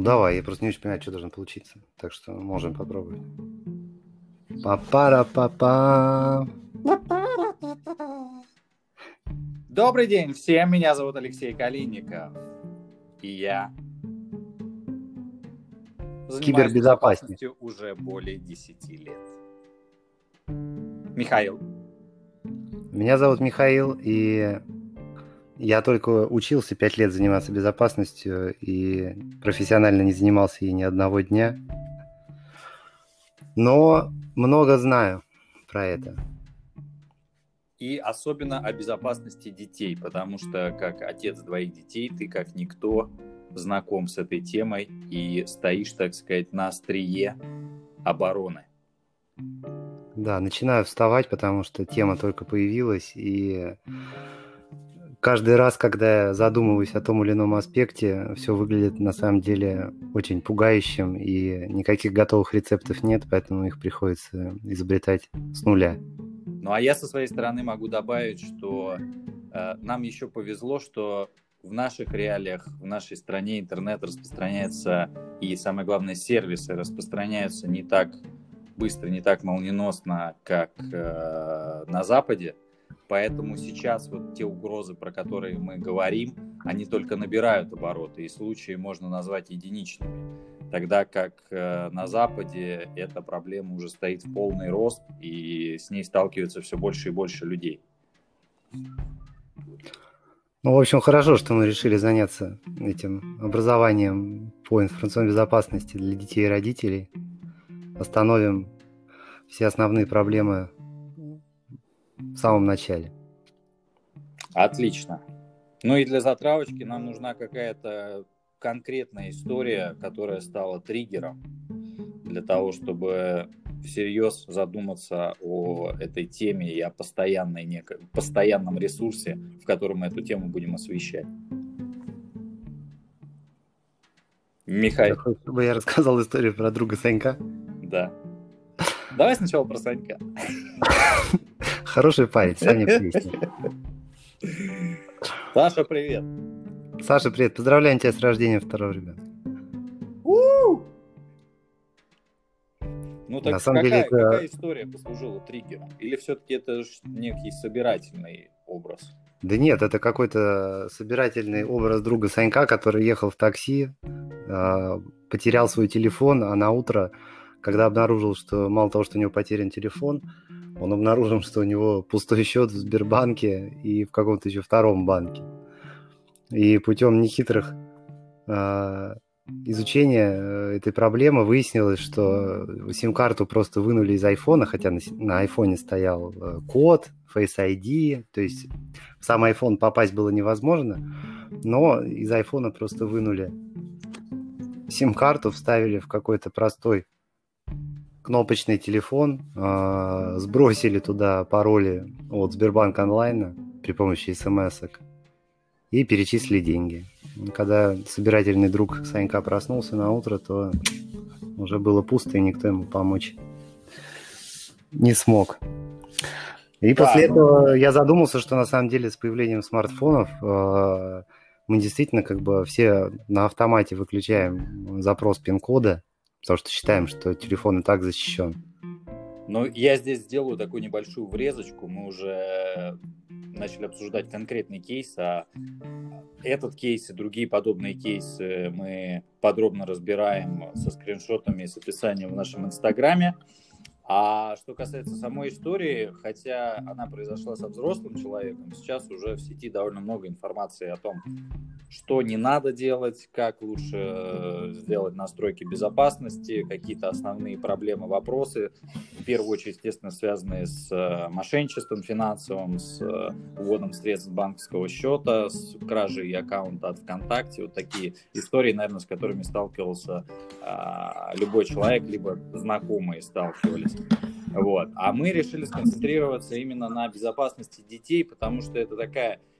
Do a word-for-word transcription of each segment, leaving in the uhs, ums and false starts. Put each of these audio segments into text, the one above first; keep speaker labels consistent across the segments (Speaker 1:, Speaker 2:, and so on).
Speaker 1: давай, я просто не очень понимаю, что должно получиться. Так что можем попробовать. Па-пара-па-па.
Speaker 2: Добрый день всем, меня зовут Алексей Калинников. И я занимаюсь безопасностью уже более десяти лет. Михаил.
Speaker 1: Меня зовут Михаил, и я только учился пять лет заниматься безопасностью и профессионально не занимался ей ни одного дня. Но много знаю про это.
Speaker 2: И особенно о безопасности детей, потому что как отец двоих детей, ты как никто знаком с этой темой и стоишь, так сказать, на острие обороны.
Speaker 1: Да, начинаю вставать, потому что тема только появилась, и каждый раз, когда я задумываюсь о том или ином аспекте, все выглядит на самом деле очень пугающим, и никаких готовых рецептов нет, поэтому их приходится изобретать с нуля.
Speaker 2: Ну а я со своей стороны могу добавить, что э, нам еще повезло, что в наших реалиях, в нашей стране интернет распространяется, и самое главное, сервисы распространяются не так быстро, не так молниеносно, как э, на Западе. Поэтому сейчас вот те угрозы, про которые мы говорим, они только набирают обороты, и случаи можно назвать единичными. Тогда как э, на Западе эта проблема уже стоит в полный рост, и с ней сталкиваются все больше и больше людей.
Speaker 1: Ну, в общем, хорошо, что мы решили заняться этим образованием по информационной безопасности для детей и родителей. Остановим все основные проблемы в самом начале.
Speaker 2: Отлично. Ну и для затравочки нам нужна какая-то конкретная история, которая стала триггером для того, чтобы всерьез задуматься о этой теме и о постоянной неко... постоянном ресурсе, в котором мы эту тему будем освещать. Михаил.
Speaker 1: Хочешь, чтобы я рассказал историю про друга Санька?
Speaker 2: Да. Давай сначала про Санька.
Speaker 1: Хороший парень, Саня Плесни.
Speaker 2: Саша, привет.
Speaker 1: Саша, привет. Поздравляем тебя с рождением второго ребенка.
Speaker 2: Ну так
Speaker 1: На самом
Speaker 2: какая,
Speaker 1: деле это...
Speaker 2: какая история послужила триггером? Или все-таки это некий собирательный образ?
Speaker 1: Да нет, это какой-то собирательный образ друга Санька, который ехал в такси, потерял свой телефон, а на утро, когда обнаружил, что мало того, что у него потерян телефон, он обнаружил, что у него пустой счет в Сбербанке и в каком-то еще втором банке. И путем нехитрых изучения этой проблемы выяснилось, что сим-карту просто вынули из айфона, хотя на, на айфоне стоял код, Face ай ди, то есть в сам iPhone попасть было невозможно, но из айфона просто вынули сим-карту, вставили в какой-то простой кнопочный телефон, э, сбросили туда пароли от Сбербанк онлайна при помощи смс-ок и перечислили деньги. Когда собирательный друг Санька проснулся на утро, то уже было пусто, и никто ему помочь не смог. И да, после этого я задумался, что на самом деле с появлением смартфонов э, мы действительно как бы все на автомате выключаем запрос пин-кода, потому что считаем, что телефон и так защищен.
Speaker 2: Ну, я здесь сделаю такую небольшую врезочку. Мы уже начали обсуждать конкретный кейс, а этот кейс и другие подобные кейсы мы подробно разбираем со скриншотами и с описанием в нашем инстаграме. А что касается самой истории, хотя она произошла со взрослым человеком, сейчас уже в сети довольно много информации о том, что не надо делать, как лучше сделать настройки безопасности, какие-то основные проблемы, вопросы, в первую очередь, естественно, связанные с мошенничеством финансовым, с вводом средств с банковского счета, с кражей аккаунта от ВКонтакте. Вот такие истории, наверное, с которыми сталкивался а, любой человек, либо знакомые сталкивались. Вот. А мы решили сконцентрироваться именно на безопасности детей, потому что это такая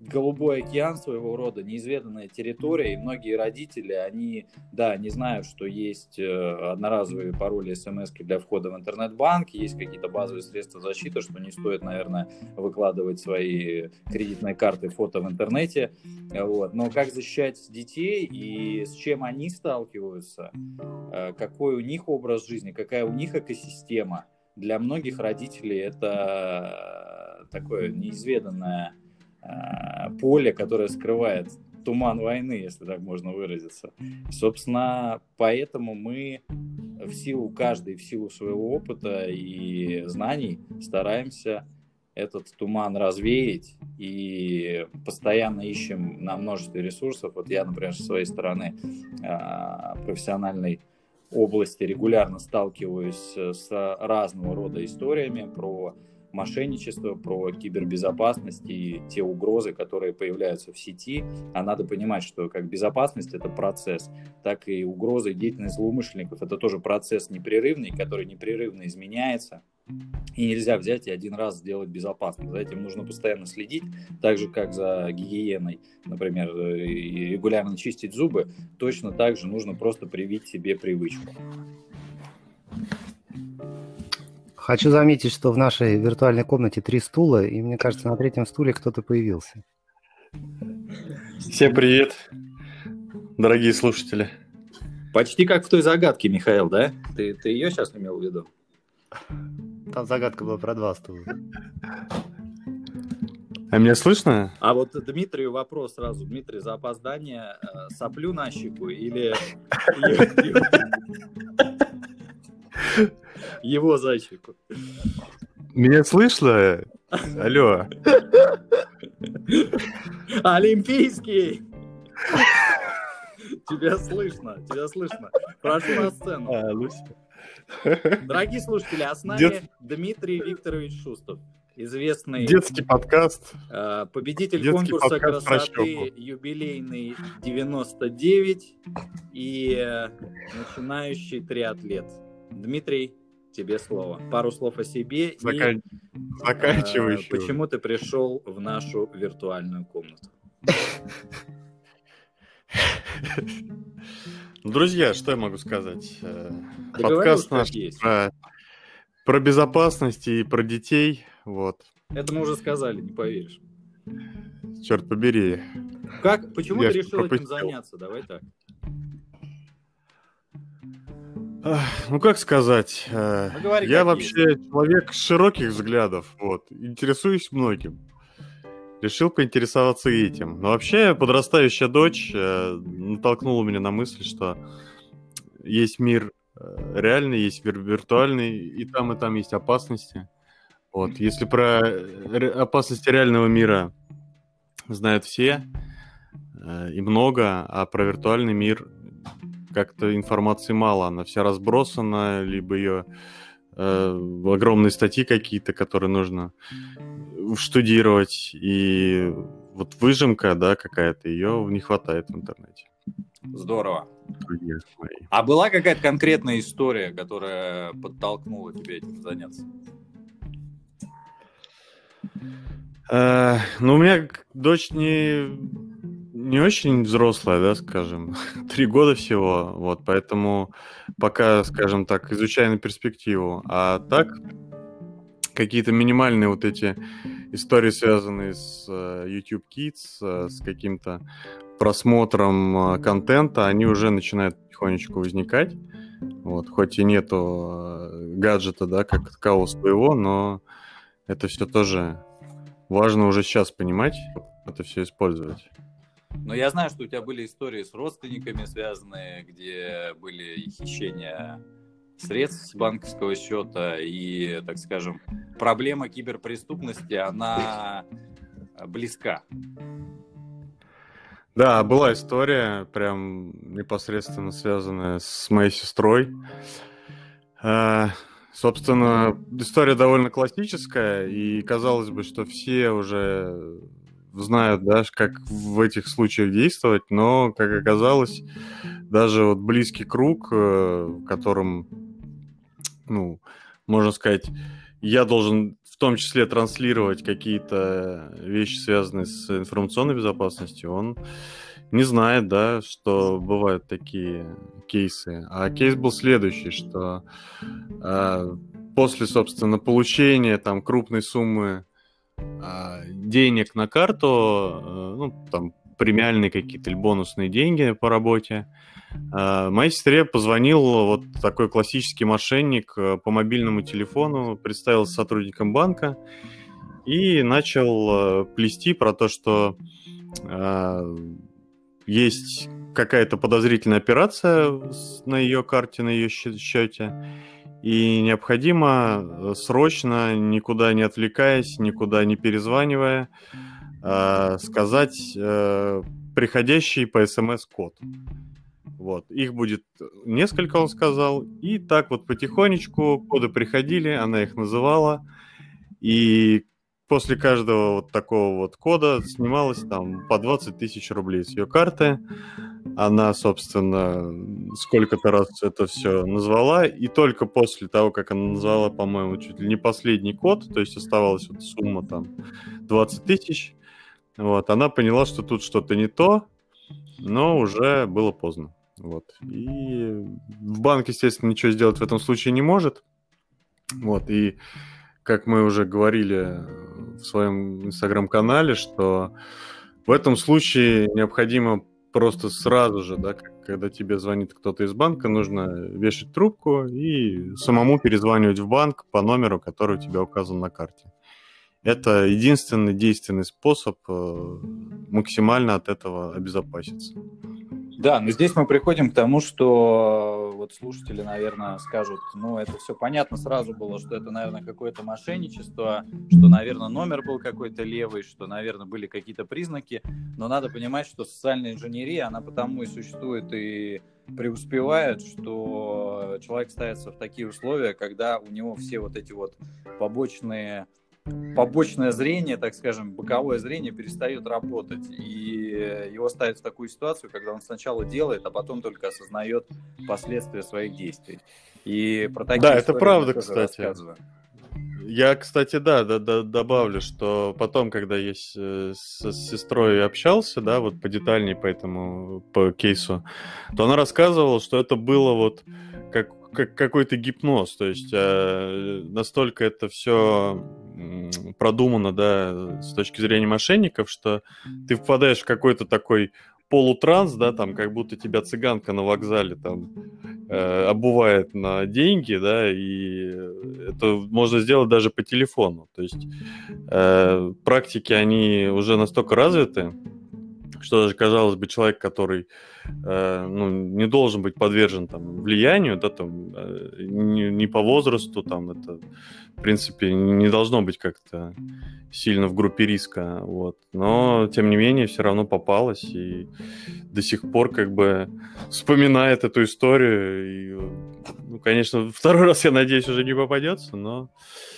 Speaker 2: голубой океан своего рода, неизведанная территория, и многие родители, они, да, не знают, что есть одноразовые пароли, смс-ки для входа в интернет-банк, есть какие-то базовые средства защиты, что не стоит, наверное, выкладывать свои кредитные карты, фото в интернете, вот. Но как защищать детей и с чем они сталкиваются, какой у них образ жизни, какая у них экосистема, для многих родителей это такое неизведанное поле, которое скрывает туман войны, если так можно выразиться. Собственно, поэтому мы в силу каждый, в силу своего опыта и знаний стараемся этот туман развеять и постоянно ищем на множестве ресурсов. Вот я, например, со своей стороны профессиональной области регулярно сталкиваюсь с разного рода историями про мошенничество, про кибербезопасность и те угрозы, которые появляются в сети. А надо понимать, что как безопасность — это процесс, так и угрозы и деятельность злоумышленников — это тоже процесс непрерывный, который непрерывно изменяется. И нельзя взять и один раз сделать безопасным. За этим нужно постоянно следить, так же, как за гигиеной, например, и регулярно чистить зубы, точно так же нужно просто привить себе привычку.
Speaker 1: Хочу заметить, что в нашей виртуальной комнате три стула, и мне кажется, на третьем стуле кто-то появился.
Speaker 3: Всем привет, дорогие слушатели.
Speaker 2: Почти как в той загадке, Михаил, да? Ты, ты ее сейчас имел в виду?
Speaker 1: Там загадка была про два стула.
Speaker 3: А меня слышно?
Speaker 2: А вот Дмитрию вопрос сразу. Дмитрий, за опоздание соплю на щеку или его за щеку?
Speaker 3: Меня слышно? Алло.
Speaker 2: Олимпийский! Тебя слышно, тебя слышно. Прошу на сцену.
Speaker 3: А, ну
Speaker 2: Дорогие слушатели, а с нами
Speaker 3: Дет...
Speaker 2: Дмитрий Викторович Шустов, известный
Speaker 3: детский подкаст,
Speaker 2: победитель
Speaker 3: детский
Speaker 2: конкурса
Speaker 3: подкаст
Speaker 2: красоты юбилейный девяносто девять и начинающий триатлет. Дмитрий, тебе слово. Пару слов о себе
Speaker 3: Закан...
Speaker 2: и
Speaker 3: заканчивающий.
Speaker 2: почему ты пришел в нашу виртуальную комнату.
Speaker 3: Друзья, что я могу сказать?
Speaker 2: Да
Speaker 3: подкаст
Speaker 2: говорю,
Speaker 3: наш про, про безопасность и про детей. Вот.
Speaker 2: Это мы уже сказали, не поверишь.
Speaker 3: Черт побери.
Speaker 2: Как? Почему
Speaker 3: я
Speaker 2: ты решил
Speaker 3: пропустил.
Speaker 2: этим заняться? Давай так.
Speaker 3: Ну, как сказать,
Speaker 2: Ну, говори,
Speaker 3: я
Speaker 2: как
Speaker 3: вообще
Speaker 2: есть.
Speaker 3: человек широких взглядов, вот, интересуюсь многим. Решил поинтересоваться этим. Но вообще подрастающая дочь э, натолкнула меня на мысль, что есть мир э, реальный, есть мир виртуальный, и там, и там есть опасности. Вот. Если про ре- опасности реального мира знают все, э, и много, а про виртуальный мир как-то информации мало. Она вся разбросана, либо ее э, огромные статьи какие-то, которые нужно штудировать, и вот выжимка, да, какая-то, ее не хватает в интернете.
Speaker 2: Здорово. А была какая-то конкретная история, которая подтолкнула тебя этим заняться?
Speaker 3: Э, ну, у меня дочь не, не очень взрослая, да, скажем, три года всего, вот, поэтому пока, скажем так, изучаю на перспективу, а так какие-то минимальные вот эти истории, связанные с uh, YouTube Kids, uh, с каким-то просмотром uh, контента, они уже начинают потихонечку возникать. Вот, хоть и нету uh, гаджета, да, как такового своего, но это все тоже важно уже сейчас понимать, это все использовать.
Speaker 2: Но я знаю, что у тебя были истории с родственниками связанные, где были и хищения средств с банковского счета, и, так скажем, проблема киберпреступности, она близка.
Speaker 3: Да, была история, прям непосредственно связанная с моей сестрой. Э, собственно, история довольно классическая, и казалось бы, что все уже знают, да, как в этих случаях действовать, но, как оказалось, даже вот близкий круг, в котором, ну, можно сказать, я должен в том числе транслировать какие-то вещи, связанные с информационной безопасностью, он не знает, да, что бывают такие кейсы. А кейс был следующий, что э, после, собственно, получения там крупной суммы э, денег на карту, э, ну, там, премиальные какие-то или бонусные деньги по работе, э, моей сестре позвонил вот такой классический мошенник э, по мобильному телефону, представился сотрудником банка и начал э, плести про то, что э, есть какая-то подозрительная операция на ее карте, на ее счете, и необходимо срочно, никуда не отвлекаясь, никуда не перезванивая, сказать приходящий по смс код. Вот. Их будет несколько, он сказал, и так вот потихонечку коды приходили, она их называла, и после каждого вот такого вот кода снималось там по двадцать тысяч рублей с ее карты. Она, собственно, сколько-то раз это все назвала, и только после того, как она назвала, по-моему, чуть ли не последний код, то есть оставалась вот сумма там двадцать тысяч, вот, она поняла, что тут что-то не то, но уже было поздно. Вот. И в банк, естественно, ничего сделать в этом случае не может. Вот, и как мы уже говорили в своем инстаграм-канале, что в этом случае необходимо просто сразу же, да, когда тебе звонит кто-то из банка, нужно вешать трубку и самому перезванивать в банк по номеру, который у тебя указан на карте. Это единственный действенный способ максимально от этого обезопаситься.
Speaker 2: Да, но здесь мы приходим к тому, что вот слушатели, наверное, скажут, ну, это все понятно, сразу было, что это, наверное, какое-то мошенничество, что, наверное, номер был какой-то левый, что, наверное, были какие-то признаки, но надо понимать, что социальная инженерия, она потому и существует и преуспевает, что человек ставится в такие условия, когда у него все вот эти вот побочные... побочное зрение, так скажем, боковое зрение перестает работать, и его ставят в такую ситуацию, когда он сначала делает, а потом только осознает последствия своих действий. И про такие
Speaker 3: да, это правда, кстати. Я, кстати, да, да, да, добавлю, что потом, когда я с, с сестрой общался, да, вот подетальнее по этому по кейсу, то она рассказывала, что это было вот как, как какой-то гипноз, то есть э, настолько это все продумано, да, с точки зрения мошенников, что ты впадаешь в какой-то такой полутранс, да, там, как будто тебя цыганка на вокзале там э, обувает на деньги, да, и это можно сделать даже по телефону. То есть э, практики, они уже настолько развиты, что даже, казалось бы, человек, который э, ну, не должен быть подвержен там, влиянию, да, там, э, не, не по возрасту, там, это, в принципе, не должно быть как-то сильно в группе риска, вот. Но, тем не менее, все равно попалось и до сих пор как бы вспоминает эту историю. И, ну, конечно, второй раз, я надеюсь, уже не попадется, но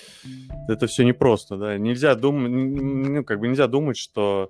Speaker 3: это все непросто, да. Нельзя думать, ну, как бы нельзя думать, что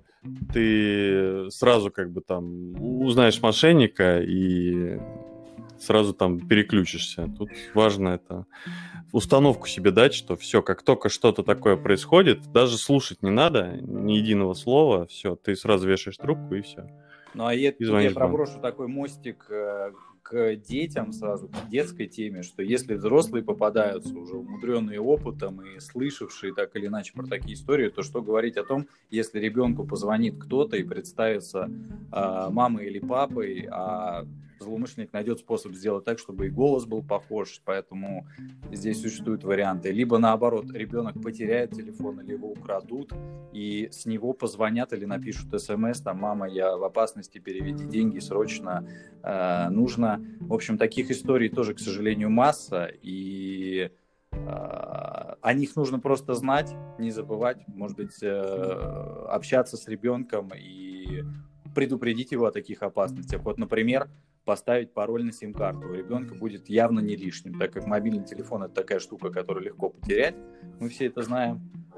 Speaker 3: ты сразу как бы там узнаешь мошенника и сразу там переключишься. Тут важно это установку себе дать, что все, как только что-то такое происходит, даже слушать не надо, ни единого слова, все, ты сразу вешаешь трубку и все.
Speaker 2: Ну, а я, я проброшу такой мостик э, к детям сразу, к детской теме, что если взрослые попадаются уже умудренные опытом и слышавшие так или иначе про такие истории, то что говорить о том, если ребенку позвонит кто-то и представится э, мамой или папой, а злоумышленник найдет способ сделать так, чтобы и голос был похож, поэтому здесь существуют варианты. Либо наоборот, ребенок потеряет телефон или его украдут, и с него позвонят или напишут смс, там, мама, я в опасности, переведи деньги, срочно э, нужно. В общем, таких историй тоже, к сожалению, масса, и э, о них нужно просто знать, не забывать, может быть, э, общаться с ребенком и предупредить его о таких опасностях. Вот, например, поставить пароль на сим-карту у ребенка будет явно не лишним, так как мобильный телефон – это такая штука, которую легко потерять. Мы все это знаем.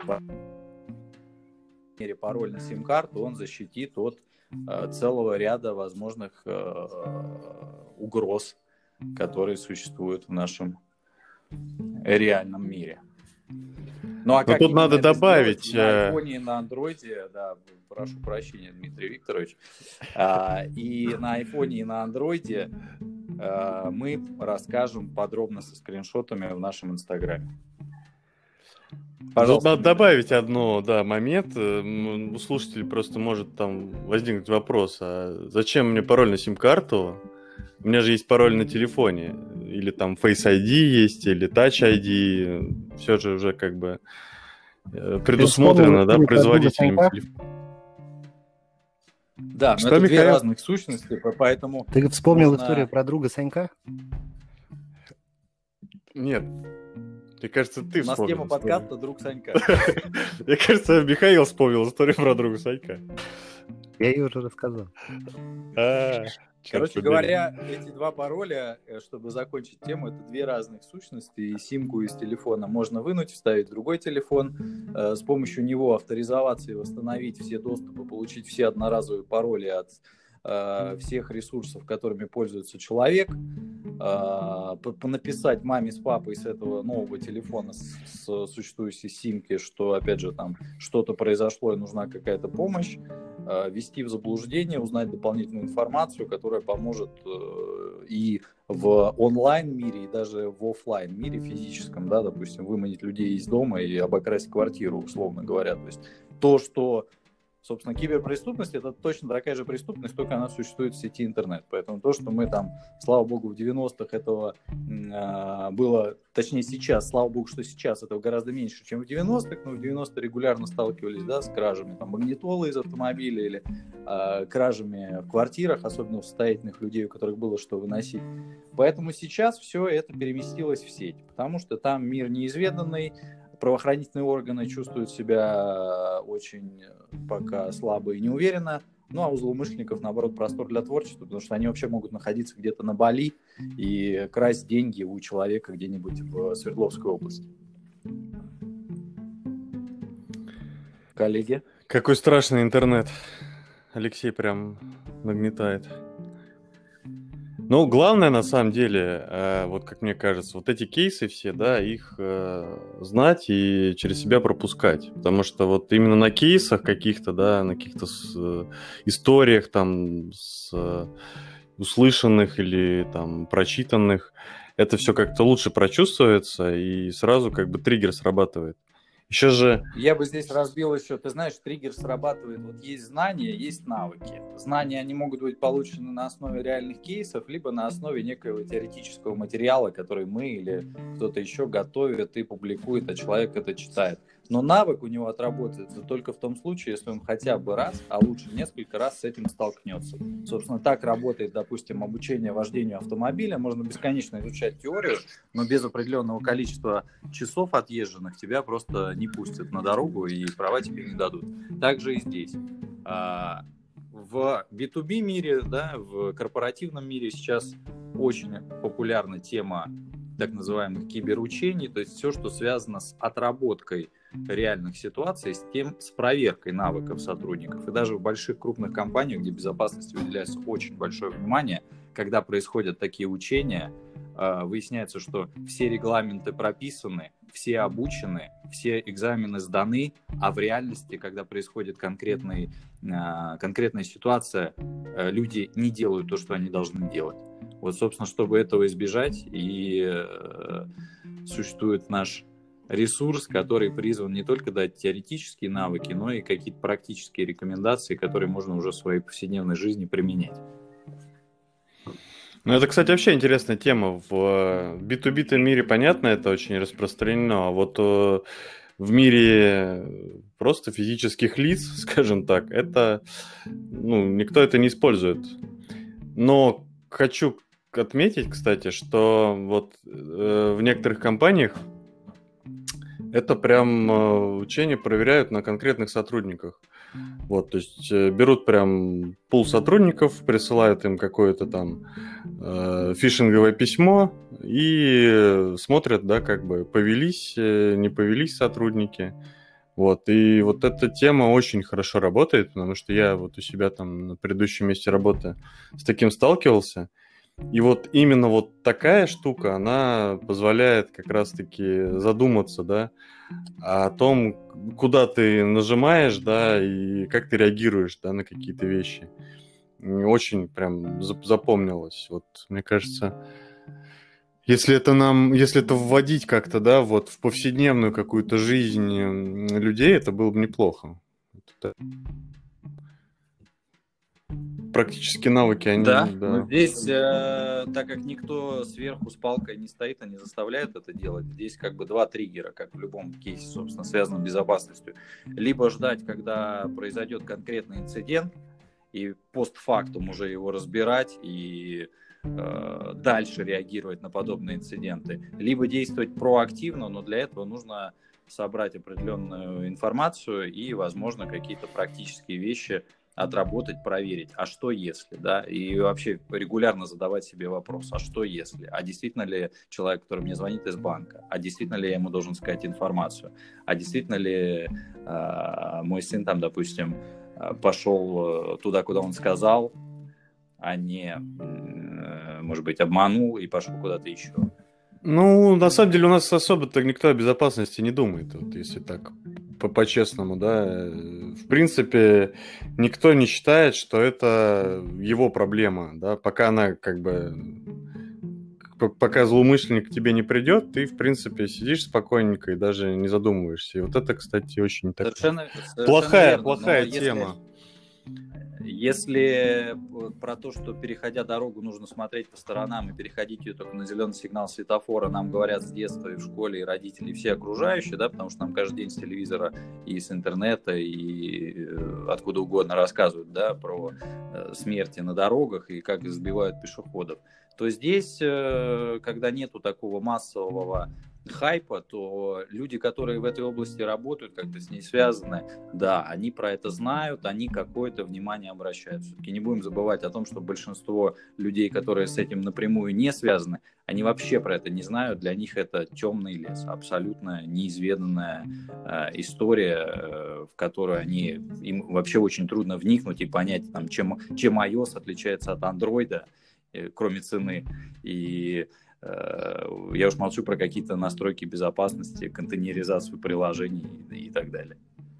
Speaker 2: Пароль на сим-карту он защитит от э, целого ряда возможных э, угроз, которые существуют в нашем реальном мире. Ну, а
Speaker 3: Но
Speaker 2: как
Speaker 3: тут
Speaker 2: именно
Speaker 3: надо
Speaker 2: это
Speaker 3: добавить...
Speaker 2: сделать? На
Speaker 3: э,
Speaker 2: айфоне и на андроиде, да, прошу прощения, Дмитрий Викторович, а, и на айфоне и на андроиде а, мы расскажем подробно со скриншотами в нашем инстаграме.
Speaker 3: Тут
Speaker 2: Пожалуйста,
Speaker 3: надо
Speaker 2: Дмитрий.
Speaker 3: добавить одно, да, момент. Э, м, У слушателей просто может там возникнуть вопрос, а зачем мне пароль на сим-карту? У меня же есть пароль на телефоне. Или там Face ай ди есть, или Touch ай ди. Все же уже как бы э,
Speaker 1: Ты вспомнил
Speaker 3: предусмотрено, да,
Speaker 1: историю про друга
Speaker 3: производителем
Speaker 1: Санька?
Speaker 3: телефона.
Speaker 2: Да, но
Speaker 3: Что,
Speaker 2: это две
Speaker 3: Михаил?
Speaker 2: разных сущности, по- поэтому
Speaker 1: Ты вспомнил
Speaker 2: можно...
Speaker 1: историю про друга Санька?
Speaker 3: Нет. Мне кажется, ты
Speaker 2: У нас
Speaker 3: вспомнил
Speaker 2: тема
Speaker 3: историю.
Speaker 2: подкаста «Друг Санька».
Speaker 3: Мне кажется, Михаил вспомнил историю про друга Санька.
Speaker 1: Я ее уже рассказал.
Speaker 3: А, черт
Speaker 2: Короче
Speaker 3: побери.
Speaker 2: говоря, эти два пароля, э, чтобы закончить тему, это две разных сущности. И симку из телефона можно вынуть, вставить в другой телефон, э, с помощью него авторизоваться и восстановить все доступы, получить все одноразовые пароли от э, всех ресурсов, которыми пользуется человек, э, понаписать маме с папой с этого нового телефона, с, с существующей симки, что, опять же, там что-то произошло и нужна какая-то помощь, ввести в заблуждение, узнать дополнительную информацию, которая поможет э, и в онлайн-мире, и даже в офлайн-мире физическом, да, допустим, выманить людей из дома и обокрасть квартиру, условно говоря. То есть то, что, собственно, киберпреступность, это точно такая же преступность, только она существует в сети интернет. Поэтому то, что мы там, слава богу, в девяностых этого э, было, точнее сейчас, слава богу, что сейчас этого гораздо меньше, чем в девяностых, но в девяностые регулярно сталкивались, да, с кражами там магнитолы из автомобиля или э, кражами в квартирах, особенно у состоятельных людей, у которых было что выносить. Поэтому сейчас все это переместилось в сеть, потому что там мир неизведанный, правоохранительные органы чувствуют себя очень пока слабо и неуверенно, ну а у злоумышленников, наоборот, простор для творчества, потому что они вообще могут находиться где-то на Бали и красть деньги у человека где-нибудь в Свердловской области. Коллеги?
Speaker 3: Какой страшный интернет. Алексей прям нагнетает. Ну, главное, на самом деле, э, вот как мне кажется, вот эти кейсы все, да, их э, знать и через себя пропускать. Потому что вот именно на кейсах каких-то, да, на каких-то с, э, историях там с, э, услышанных или там прочитанных, это все как-то лучше прочувствуется и сразу как бы триггер срабатывает. Еще же...
Speaker 2: Я бы здесь разбил еще, ты знаешь, триггер срабатывает, вот есть знания, есть навыки. Знания, они могут быть получены на основе реальных кейсов, либо на основе некоего теоретического материала, который мы или кто-то еще готовит и публикует, а человек это читает. Но навык у него отработается только в том случае, если он хотя бы раз, а лучше несколько раз с этим столкнется. Собственно, так работает, допустим, обучение вождению автомобиля. Можно бесконечно изучать теорию, но без определенного количества часов отъезженных тебя просто не пустят на дорогу и права тебе не дадут. Также и здесь. В би ту би мире, да, в корпоративном мире сейчас очень популярна тема так называемых киберучений, то есть все, что связано с отработкой реальных ситуаций, с тем, с проверкой навыков сотрудников. И даже в больших крупных компаниях, где безопасности уделяется очень большое внимание, когда происходят такие учения, выясняется, что все регламенты прописаны, все обучены, все экзамены сданы, а в реальности, когда происходит конкретный, конкретная ситуация, люди не делают то, что они должны делать. Вот, собственно, чтобы этого избежать, и существует наш ресурс, который призван не только дать теоретические навыки, но и какие-то практические рекомендации, которые можно уже в своей повседневной жизни применять.
Speaker 3: Ну, это, кстати, вообще интересная тема. В би ту би мире, понятно, это очень распространено, а вот в мире просто физических лиц, скажем так, это, ну, никто это не использует. Но хочу отметить, кстати, что вот э, в некоторых компаниях это прям э, учения проверяют на конкретных сотрудниках. Вот, то есть э, берут прям пул сотрудников, присылают им какое-то там э, фишинговое письмо и смотрят, да, как бы повелись, э, не повелись сотрудники. Вот, и вот эта тема очень хорошо работает, потому что я вот у себя там на предыдущем месте работы с таким сталкивался. И вот именно вот такая штука, она позволяет как раз-таки задуматься, да, о том, куда ты нажимаешь, да, и как ты реагируешь, да, на какие-то вещи. Очень прям запомнилось. Вот, мне кажется, если это нам, если это вводить как-то, да, вот в повседневную какую-то жизнь людей, это было бы неплохо. Практически навыки, они...
Speaker 2: Да,
Speaker 3: да.
Speaker 2: но здесь, э, так как никто сверху с палкой не стоит, они заставляют это делать, здесь как бы два триггера, как в любом кейсе, собственно, связанном с безопасностью. Либо ждать, когда произойдет конкретный инцидент, и постфактум уже его разбирать и э, дальше реагировать на подобные инциденты. Либо действовать проактивно, но для этого нужно собрать определенную информацию и, возможно, какие-то практические вещи отработать, проверить, а что если, да, и вообще регулярно задавать себе вопрос, а что если, а действительно ли человек, который мне звонит из банка, а действительно ли я ему должен сказать информацию, а действительно ли э, мой сын там, допустим, пошел туда, куда он сказал, а не, э, может быть, обманул и пошел куда-то еще.
Speaker 3: Ну, на самом деле у нас особо-то никто о безопасности не думает, вот, если так по-честному, да. В принципе, никто не считает, что это его проблема, да, пока она как бы, пока злоумышленник к тебе не придет, ты, в принципе, сидишь спокойненько и даже не задумываешься. И вот это, кстати, очень такая
Speaker 2: совершенно, совершенно
Speaker 3: плохая,
Speaker 2: верно,
Speaker 3: плохая
Speaker 2: если...
Speaker 3: тема.
Speaker 2: Если про то, что переходя дорогу, нужно смотреть по сторонам и переходить ее только на зеленый сигнал светофора, нам говорят с детства и в школе, и родители, и все окружающие, да, потому что нам каждый день с телевизора и с интернета, и откуда угодно рассказывают, да, про смерти на дорогах и как избивают пешеходов, то здесь, когда нету такого массового хайпа, то люди, которые в этой области работают, как-то с ней связаны, да, они про это знают, они какое-то внимание обращают. Все-таки не будем забывать о том, что большинство людей, которые с этим напрямую не связаны, они вообще про это не знают, для них это темный лес, абсолютно неизведанная э, история, э, в которую они, им вообще очень трудно вникнуть и понять, там, чем, чем iOS отличается от Android, э, кроме цены, и я уж молчу про какие-то настройки безопасности, контейнеризацию приложений и так далее.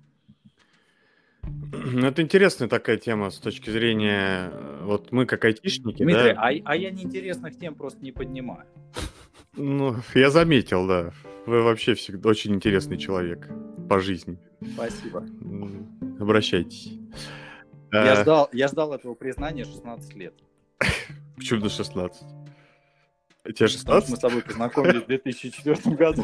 Speaker 3: Это интересная такая тема с точки зрения... Вот мы как айтишники,
Speaker 2: Дмитрий,
Speaker 3: да?
Speaker 2: а, а я неинтересных тем просто не поднимаю.
Speaker 3: Ну, я заметил, да. Вы вообще всегда очень интересный человек по жизни.
Speaker 2: Спасибо.
Speaker 3: Обращайтесь.
Speaker 2: Я,
Speaker 3: а...
Speaker 2: ждал, я ждал этого признания шестнадцать лет.
Speaker 3: Почему до шестнадцати? Тебе шестнадцать?
Speaker 2: Потому что мы с тобой познакомились в две тысячи четвёртом году.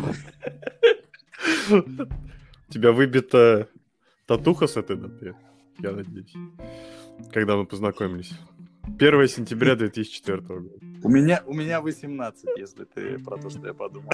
Speaker 3: У тебя выбита татуха с этой даты, я надеюсь, когда мы познакомились. первое сентября две тысячи четвёртого года.
Speaker 2: У меня, у меня восемнадцать, если ты про то, что я подумал.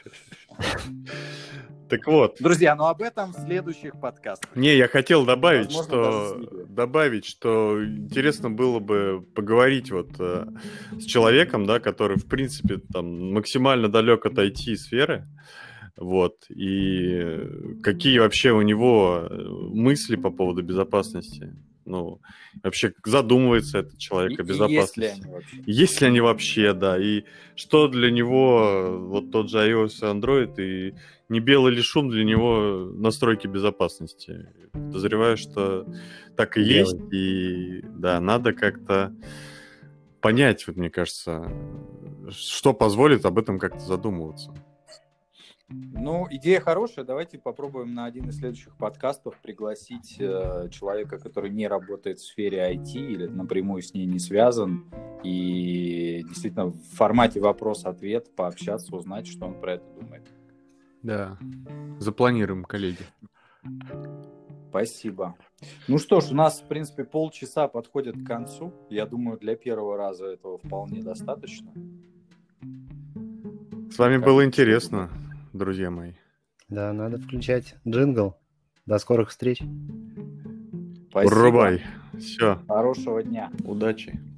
Speaker 3: Так вот.
Speaker 2: Друзья, ну об этом в следующих подкастах.
Speaker 3: Не, я хотел добавить,
Speaker 2: Возможно,
Speaker 3: что добавить, что интересно было бы поговорить вот э, с человеком, да, который, в принципе, там максимально далек от ай ти-сферы, вот, и какие вообще у него мысли по поводу безопасности. Ну, вообще задумывается этот человек
Speaker 2: и,
Speaker 3: о безопасности.
Speaker 2: Есть ли они вообще?
Speaker 3: Есть ли они вообще, да, и что для него вот тот же iOS и Android, и не белый ли шум для него настройки безопасности. Подозреваю, что так и белый. Есть, и да, надо как-то понять, вот мне кажется, что позволит об этом как-то задумываться.
Speaker 2: Ну, идея хорошая. Давайте попробуем на один из следующих подкастов пригласить э, человека, который не работает в сфере ай ти или напрямую с ней не связан, и действительно в формате вопрос-ответ пообщаться, узнать, что он про это думает.
Speaker 3: Да, запланируем, коллеги.
Speaker 2: Спасибо. Ну что ж, у нас, в принципе, полчаса подходит к концу. Я думаю, для первого раза этого вполне достаточно.
Speaker 3: С вами как было интересно, друзья мои.
Speaker 1: Да, надо включать джингл. До скорых встреч.
Speaker 2: Спасибо.
Speaker 3: Рубай. Все.
Speaker 2: Хорошего дня.
Speaker 3: Удачи.